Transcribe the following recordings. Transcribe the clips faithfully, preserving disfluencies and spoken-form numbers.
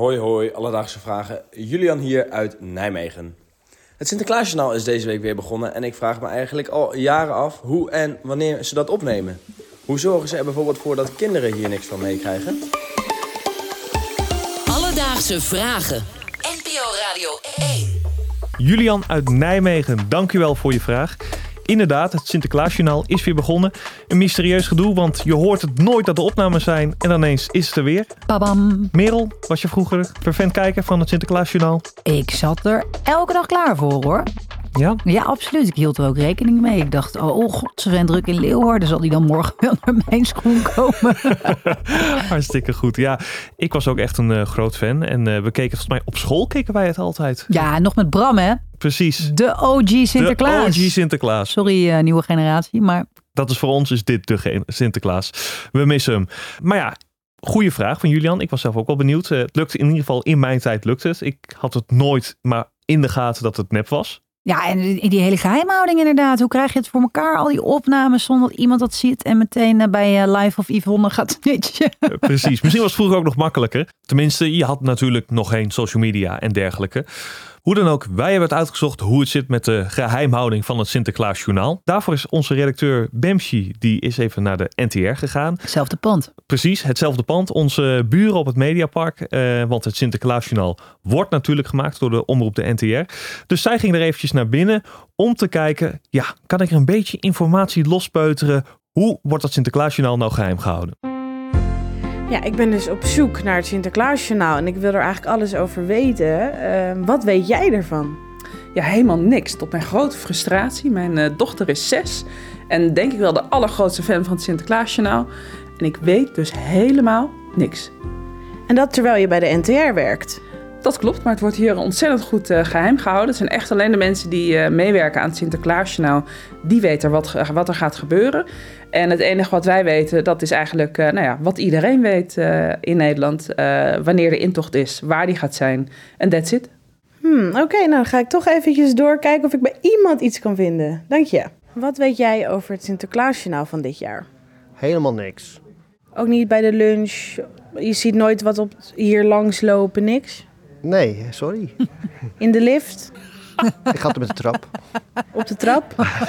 Hoi hoi, alledaagse vragen. Julian hier uit Nijmegen. Het Sinterklaasjournaal is deze week weer begonnen en ik vraag me eigenlijk al jaren af hoe en wanneer ze dat opnemen. Hoe zorgen ze er bijvoorbeeld voor dat kinderen hier niks van meekrijgen? Alledaagse vragen. N P O Radio één. Julian uit Nijmegen, dank u wel voor je vraag. Inderdaad, het Sinterklaasjournaal is weer begonnen. Een mysterieus gedoe, want je hoort het nooit dat er opnames zijn en dan ineens is het er weer. Babam. Merel, was je vroeger fervent kijker van het Sinterklaasjournaal? Ik zat er elke dag klaar voor, hoor. Ja? Ja, absoluut. Ik hield er ook rekening mee. Ik dacht, oh, oh god, ze zijn druk in Leeuwarden. Zal die dan morgen wel naar mijn schoen komen? Hartstikke goed. Ja, ik was ook echt een uh, groot fan. En uh, we keken, volgens mij op school keken wij het altijd. Ja, nog met Bram, hè? Precies. De O G Sinterklaas. De O G Sinterklaas. Sorry, uh, nieuwe generatie, maar... Dat is voor ons is dit de ge- Sinterklaas. We missen hem. Maar ja, goede vraag van Julian. Ik was zelf ook wel benieuwd. Uh, het lukte in ieder geval, in mijn tijd lukte het. Ik had het nooit maar in de gaten dat het nep was. Ja, en die hele geheimhouding inderdaad. Hoe krijg je het voor elkaar? Al die opnames zonder dat iemand dat ziet en meteen bij Live of Yvonne gaat snitchen. Uh, precies. Misschien was het vroeger ook nog makkelijker. Tenminste, je had natuurlijk nog geen social media en dergelijke. Hoe dan ook, wij hebben het uitgezocht hoe het zit met de geheimhouding van het Sinterklaasjournaal. Daarvoor is onze redacteur Bemshi, die is even naar de N T R gegaan. Hetzelfde pand. Precies, hetzelfde pand. Onze buren op het Mediapark. Uh, want het Sinterklaasjournaal wordt natuurlijk gemaakt door de omroep de N T R. Dus zij ging er eventjes naar binnen om te kijken, ja, kan ik er een beetje informatie lospeuteren? Hoe wordt dat Sinterklaasjournaal nou geheim gehouden? Ja, ik ben dus op zoek naar het Sinterklaasjournaal en ik wil er eigenlijk alles over weten. Uh, wat weet jij ervan? Ja, helemaal niks. Tot mijn grote frustratie. Mijn uh, dochter is zes en denk ik wel de allergrootste fan van het Sinterklaasjournaal. En ik weet dus helemaal niks. En dat terwijl je bij de N T R werkt? Dat klopt, maar het wordt hier ontzettend goed uh, geheim gehouden. Het zijn echt alleen de mensen die uh, meewerken aan het Sinterklaasjournaal, die weten wat, uh, wat er gaat gebeuren. En het enige wat wij weten, dat is eigenlijk uh, nou ja, wat iedereen weet uh, in Nederland. Uh, wanneer de intocht is, waar die gaat zijn. En that's it. Hmm, Oké, okay, nou dan ga ik toch eventjes doorkijken of ik bij iemand iets kan vinden. Dank je. Wat weet jij over het Sinterklaasjournaal van dit jaar? Helemaal niks. Ook niet bij de lunch? Je ziet nooit wat op hier langs lopen, niks? Nee, sorry. In de lift? Ik ga het met de trap. Op de trap?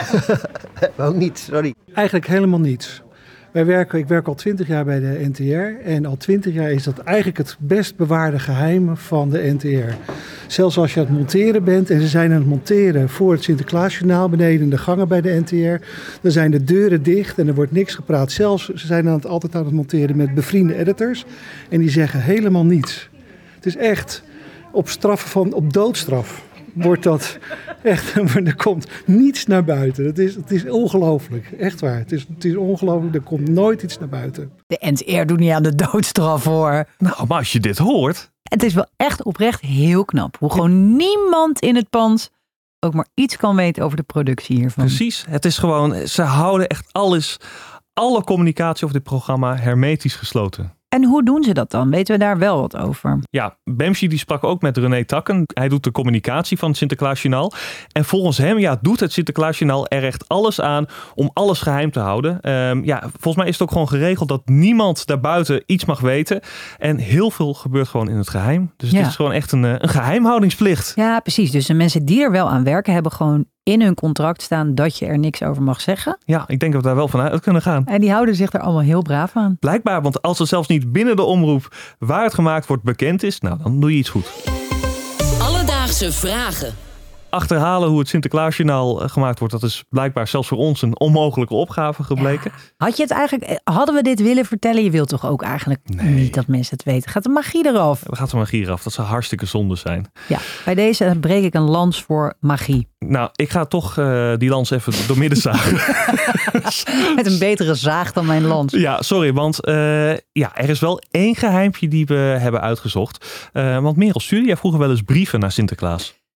Ook niet, sorry. Eigenlijk helemaal niets. Wij werken, ik werk al twintig jaar bij de N T R en al twintig jaar is dat eigenlijk het best bewaarde geheim van de N T R. Zelfs als je aan het monteren bent en ze zijn aan het monteren voor het Sinterklaasjournaal beneden in de gangen bij de N T R, dan zijn de deuren dicht en er wordt niks gepraat. Zelfs ze zijn aan het, altijd aan het monteren met bevriende editors en die zeggen helemaal niets. Het is echt op straffen van, op doodstraf wordt dat echt, er komt niets naar buiten. Het is, het is ongelooflijk, echt waar. Het is, het is ongelooflijk, er komt nooit iets naar buiten. De N T R doet niet aan de doodstraf, hoor. Nou, maar als je dit hoort... Het is wel echt oprecht heel knap. Hoe gewoon niemand in het pand ook maar iets kan weten over de productie hiervan. Precies, het is gewoon, ze houden echt alles, alle communicatie over dit programma hermetisch gesloten. En hoe doen ze dat dan? Weten we daar wel wat over? Ja, Bemshi die sprak ook met René Takken. Hij doet de communicatie van het Sinterklaasjournaal. En volgens hem ja, doet het Sinterklaasjournaal er echt alles aan om alles geheim te houden. Um, ja, volgens mij is het ook gewoon geregeld dat niemand daarbuiten iets mag weten. En heel veel gebeurt gewoon in het geheim. Dus het ja. is gewoon echt een, een geheimhoudingsplicht. Ja, precies. Dus de mensen die er wel aan werken hebben gewoon in hun contract staan dat je er niks over mag zeggen. Ja, ik denk dat we daar wel vanuit kunnen gaan. En die houden zich er allemaal heel braaf aan. Blijkbaar, want als het zelfs niet binnen de omroep waar het gemaakt wordt bekend is, nou dan doe je iets goed. Alledaagse vragen. Achterhalen hoe het Sinterklaasjournaal gemaakt wordt, dat is blijkbaar zelfs voor ons een onmogelijke opgave gebleken. Ja. Had je het eigenlijk, hadden we dit willen vertellen? Je wilt toch ook eigenlijk nee. niet dat mensen het weten? Gaat de magie eraf? Er gaat de magie eraf. Dat zou hartstikke zonde zijn. Ja, bij deze breek ik een lans voor magie. Nou, ik ga toch uh, die lans even doormidden zagen. Met een betere zaag dan mijn lans. Ja, sorry, want uh, ja, er is wel één geheimpje die we hebben uitgezocht. Uh, want Merel, stuurde jij vroeger wel eens brieven naar Sinterklaas?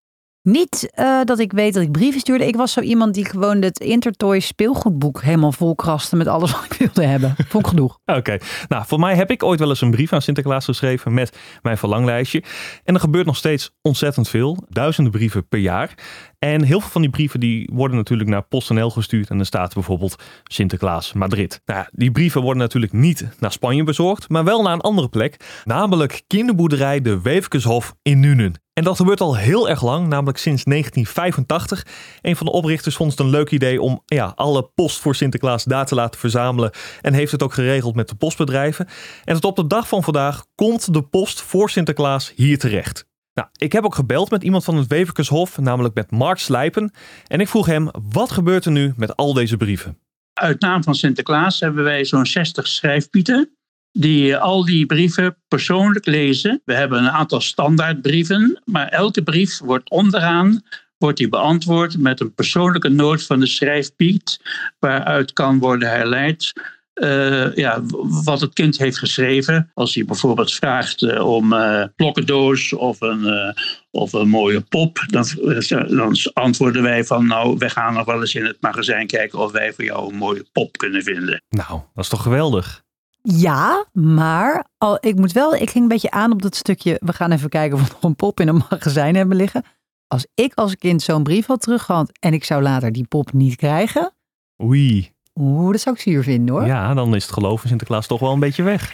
Niet uh, dat ik weet dat ik brieven stuurde. Ik was zo iemand die gewoon het Intertoy speelgoedboek helemaal vol kraste met alles wat ik wilde hebben. Vond ik genoeg. Oké. Okay. Nou, voor mij heb ik ooit wel eens een brief aan Sinterklaas geschreven met mijn verlanglijstje. En er gebeurt nog steeds ontzettend veel. Duizenden brieven per jaar. En heel veel van die brieven die worden natuurlijk naar PostNL gestuurd. En dan staat er bijvoorbeeld Sinterklaas Madrid. Nou, die brieven worden natuurlijk niet naar Spanje bezorgd, maar wel naar een andere plek. Namelijk kinderboerderij De Weverkeshof in Nuenen. En dat gebeurt al heel erg lang, namelijk sinds negentien vijfentachtig. Een van de oprichters vond het een leuk idee om ja, alle post voor Sinterklaas daar te laten verzamelen. En heeft het ook geregeld met de postbedrijven. En tot op de dag van vandaag komt de post voor Sinterklaas hier terecht. Nou, ik heb ook gebeld met iemand van het Weverkeshof, namelijk met Mark Slijpen. En ik vroeg hem, wat gebeurt er nu met al deze brieven? Uit naam van Sinterklaas hebben wij zo'n zestig schrijfpieten die al die brieven persoonlijk lezen. We hebben een aantal standaardbrieven, maar elke brief wordt onderaan wordt die beantwoord met een persoonlijke noot van de schrijfpiet, waaruit kan worden herleid Uh, ja, wat het kind heeft geschreven. Als hij bijvoorbeeld vraagt uh, om uh, plokkendoos of een, uh, of een mooie pop, dan, dan antwoorden wij van nou, wij gaan nog wel eens in het magazijn kijken of wij voor jou een mooie pop kunnen vinden. Nou, dat is toch geweldig? Ja, maar al, ik moet wel, ik ging een beetje aan op dat stukje, we gaan even kijken of we nog een pop in een magazijn hebben liggen. Als ik als kind zo'n brief had teruggehad en ik zou later die pop niet krijgen. Oei. Oeh, dat zou ik zuur vinden hoor. Ja, dan is het geloof in Sinterklaas toch wel een beetje weg.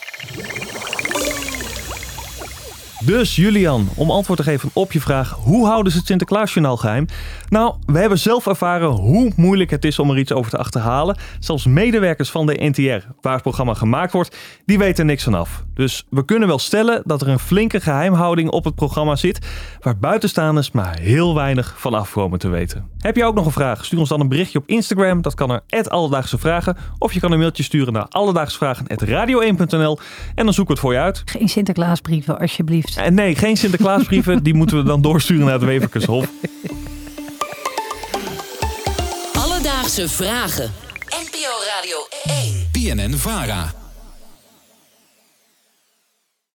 Dus Julian, om antwoord te geven op je vraag, hoe houden ze het Sinterklaasjournaal geheim? Nou, we hebben zelf ervaren hoe moeilijk het is om er iets over te achterhalen. Zelfs medewerkers van de N T R, waar het programma gemaakt wordt, die weten er niks van af. Dus we kunnen wel stellen dat er een flinke geheimhouding op het programma zit, waar buitenstaanders maar heel weinig van af komen te weten. Heb je ook nog een vraag? Stuur ons dan een berichtje op Instagram, dat kan naar at Alledaagse Vragen. Of je kan een mailtje sturen naar alledaagsvragen at radio één punt n l en dan zoeken we het voor je uit. Geen Sinterklaasbrieven, alsjeblieft. En nee, geen Sinterklaasbrieven. Die moeten we dan doorsturen naar het Weverkeshof. Alledaagse Vragen. N P O Radio één. B N N-Vara.